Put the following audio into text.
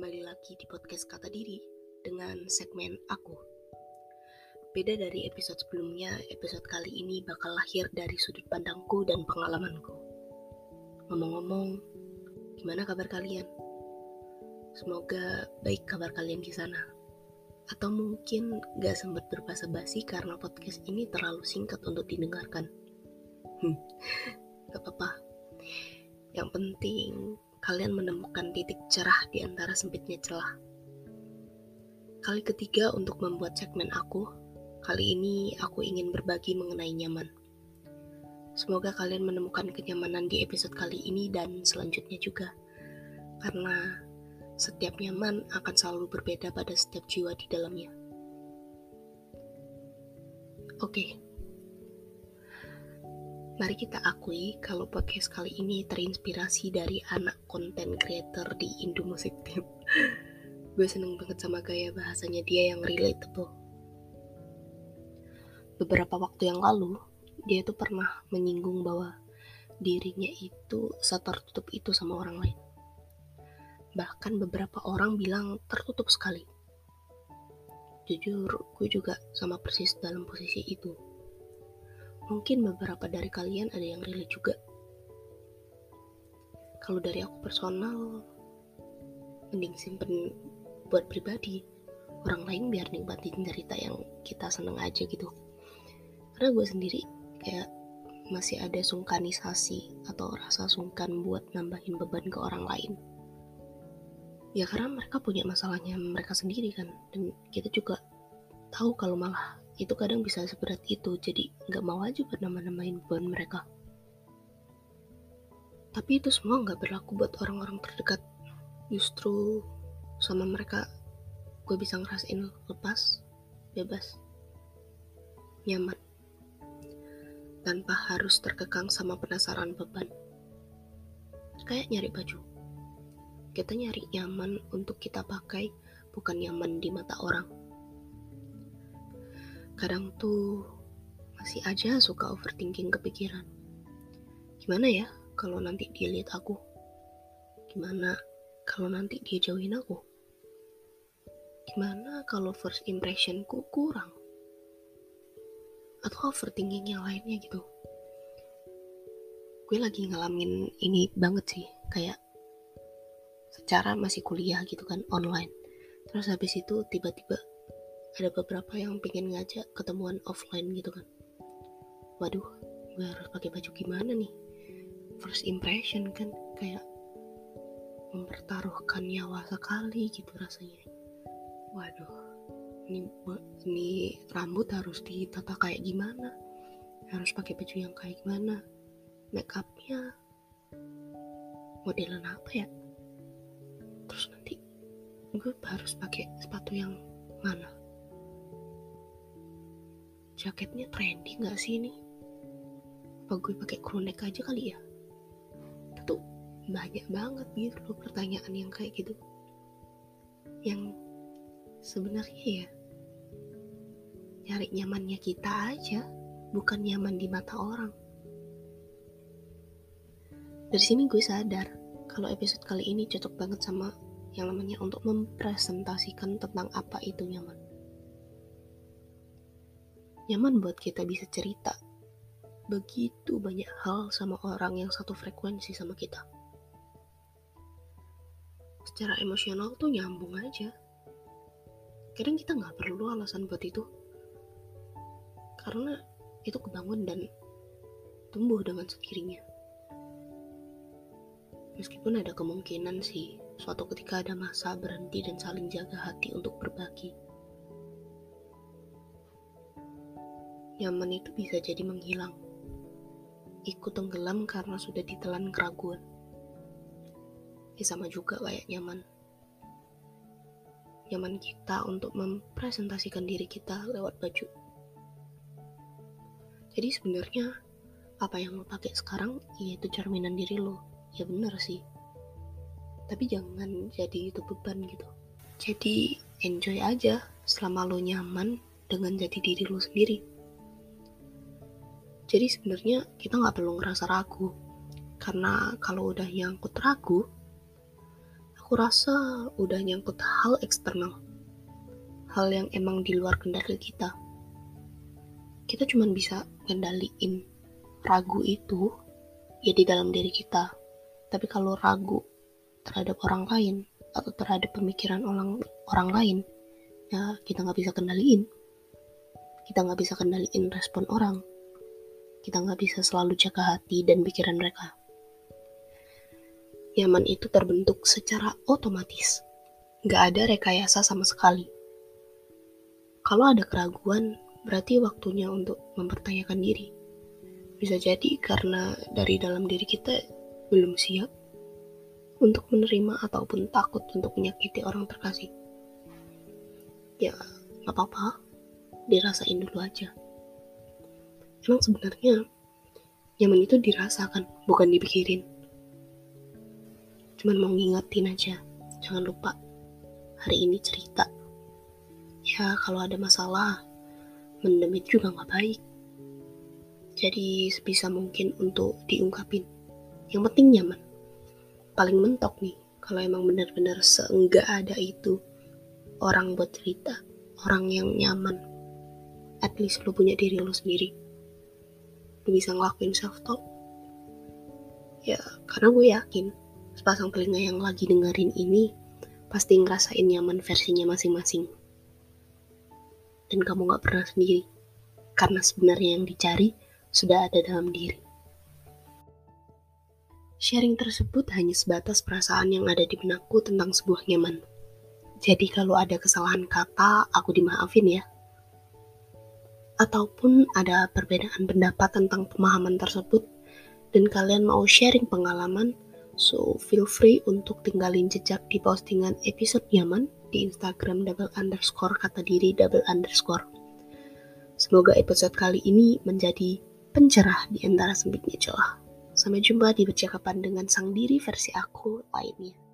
kembali lagi di podcast Kata Diri dengan segmen Aku. Beda dari episode sebelumnya, episode kali ini bakal lahir dari sudut pandangku dan pengalamanku. Ngomong-ngomong, gimana kabar kalian? Semoga baik kabar kalian di sana. Atau mungkin gak sempat berbasa-basi karena podcast ini terlalu singkat untuk didengarkan. Gak apa-apa. Yang penting kalian menemukan titik cerah di antara sempitnya celah. Kali ketiga untuk membuat segmen aku. Kali ini aku ingin berbagi mengenai nyaman. Semoga kalian menemukan kenyamanan di episode kali ini dan selanjutnya juga. Karena setiap nyaman akan selalu berbeda pada setiap jiwa di dalamnya. Oke. Mari kita akui kalau podcast kali ini terinspirasi dari anak konten creator di Indomuzik Team. Gue seneng banget sama gaya bahasanya dia yang relatable. Beberapa waktu yang lalu, dia tuh pernah menyinggung bahwa dirinya itu setertutup itu sama orang lain. Bahkan beberapa orang bilang tertutup sekali. Jujur, gue juga sama persis dalam posisi itu. Mungkin beberapa dari kalian ada yang relate juga. Kalau dari aku personal, mending simpen buat pribadi. Orang lain biar nikmatin cerita yang kita seneng aja gitu. Karena gue sendiri kayak masih ada sungkanisasi atau rasa sungkan buat nambahin beban ke orang lain. Ya karena mereka punya masalahnya mereka sendiri kan. Dan kita juga tahu kalau malah itu kadang bisa seberat itu. Jadi gak mau aja buat nambah-nambahin beban mereka. Tapi itu semua gak berlaku buat orang-orang terdekat. Justru sama mereka gue bisa ngerasain lepas, bebas, nyaman, tanpa harus terkekang sama penasaran beban. Kayak nyari baju, kita nyari nyaman untuk kita pakai, bukan nyaman di mata orang. Kadang tuh masih aja suka overthinking kepikiran. Gimana ya kalau nanti dia lihat aku? Gimana kalau nanti dia jauhin aku? Gimana kalau first impressionku kurang? Atau overthinking yang lainnya gitu. Gue lagi ngalamin ini banget sih. Kayak secara masih kuliah gitu kan, online. Terus habis itu tiba-tiba ada beberapa yang pengen ngajak ketemuan offline gitu kan. Waduh, gue harus pakai baju gimana nih? First impression kan kayak mempertaruhkan nyawa sekali gitu rasanya. Waduh, ini rambut harus ditata kayak gimana? Harus pakai baju yang kayak gimana? Make upnya modelan apa ya? Terus nanti gue harus pakai sepatu yang mana? Jaketnya trendy gak sih ini? Apa gue pakai crewneck aja kali ya? Itu banyak banget gitu loh pertanyaan yang kayak gitu. Yang sebenarnya ya nyari nyamannya kita aja, bukan nyaman di mata orang. Dari sini gue sadar kalau episode kali ini cocok banget sama yang namanya untuk mempresentasikan tentang apa itu nyaman. Nyaman buat kita bisa cerita begitu banyak hal sama orang yang satu frekuensi sama kita. Secara emosional tuh nyambung aja. Kadang kita gak perlu alasan buat itu. Karena itu kebangun dan tumbuh dengan sendirinya. Meskipun ada kemungkinan sih, suatu ketika ada masa berhenti dan saling jaga hati untuk berbagi. Nyaman itu bisa jadi menghilang, ikut tenggelam karena sudah ditelan keraguan. Sama juga kayak nyaman. Nyaman kita untuk mempresentasikan diri kita lewat baju. Jadi sebenarnya apa yang lo pakai sekarang, yaitu cerminan diri lo. Ya benar sih. Tapi jangan jadi itu beban gitu. Jadi enjoy aja selama lo nyaman dengan jadi diri lo sendiri. Jadi sebenarnya kita gak perlu ngerasa ragu. Karena kalau udah nyangkut ragu, aku Aku rasa udah nyangkut hal eksternal, hal yang emang di luar kendali kita. Kita cuma bisa kendaliin ragu itu ya di dalam diri kita. Tapi kalau ragu terhadap orang lain atau terhadap pemikiran orang lain, ya kita nggak bisa kendaliin. Kita nggak bisa kendaliin respon orang. Kita nggak bisa selalu jaga hati dan pikiran mereka. Nyaman itu terbentuk secara otomatis. Nggak ada rekayasa sama sekali. Kalau ada keraguan, berarti waktunya untuk mempertanyakan diri. Bisa jadi karena dari dalam diri kita belum siap untuk menerima ataupun takut untuk menyakiti orang terkasih. Ya, gak apa-apa, dirasain dulu aja. Emang sebenarnya nyaman itu dirasakan, bukan dipikirin. Cuman mau ngingetin aja, jangan lupa hari ini cerita. Ya, kalau ada masalah, mendem itu juga gak baik. Jadi sebisa mungkin untuk diungkapin. Yang penting nyaman. Paling mentok nih, kalau emang benar-benar seenggak ada itu orang buat cerita, orang yang nyaman. At least lu punya diri lu sendiri. Lu bisa ngelakuin self-talk. Ya, karena gue yakin sepasang telinga yang lagi dengerin ini pasti ngerasain nyaman versinya masing-masing. Dan kamu gak pernah sendiri. Karena sebenarnya yang dicari sudah ada dalam diri. Sharing tersebut hanya sebatas perasaan yang ada di benakku tentang sebuah nyaman. Jadi kalau ada kesalahan kata, aku dimaafin ya. Ataupun ada perbedaan pendapat tentang pemahaman tersebut, dan kalian mau sharing pengalaman, so feel free untuk tinggalin jejak di postingan episode nyaman di Instagram _kata_diri_. Semoga episode kali ini menjadi pencerah di antara sempitnya celah. Sampai jumpa di percakapan dengan sang diri versi aku lainnya.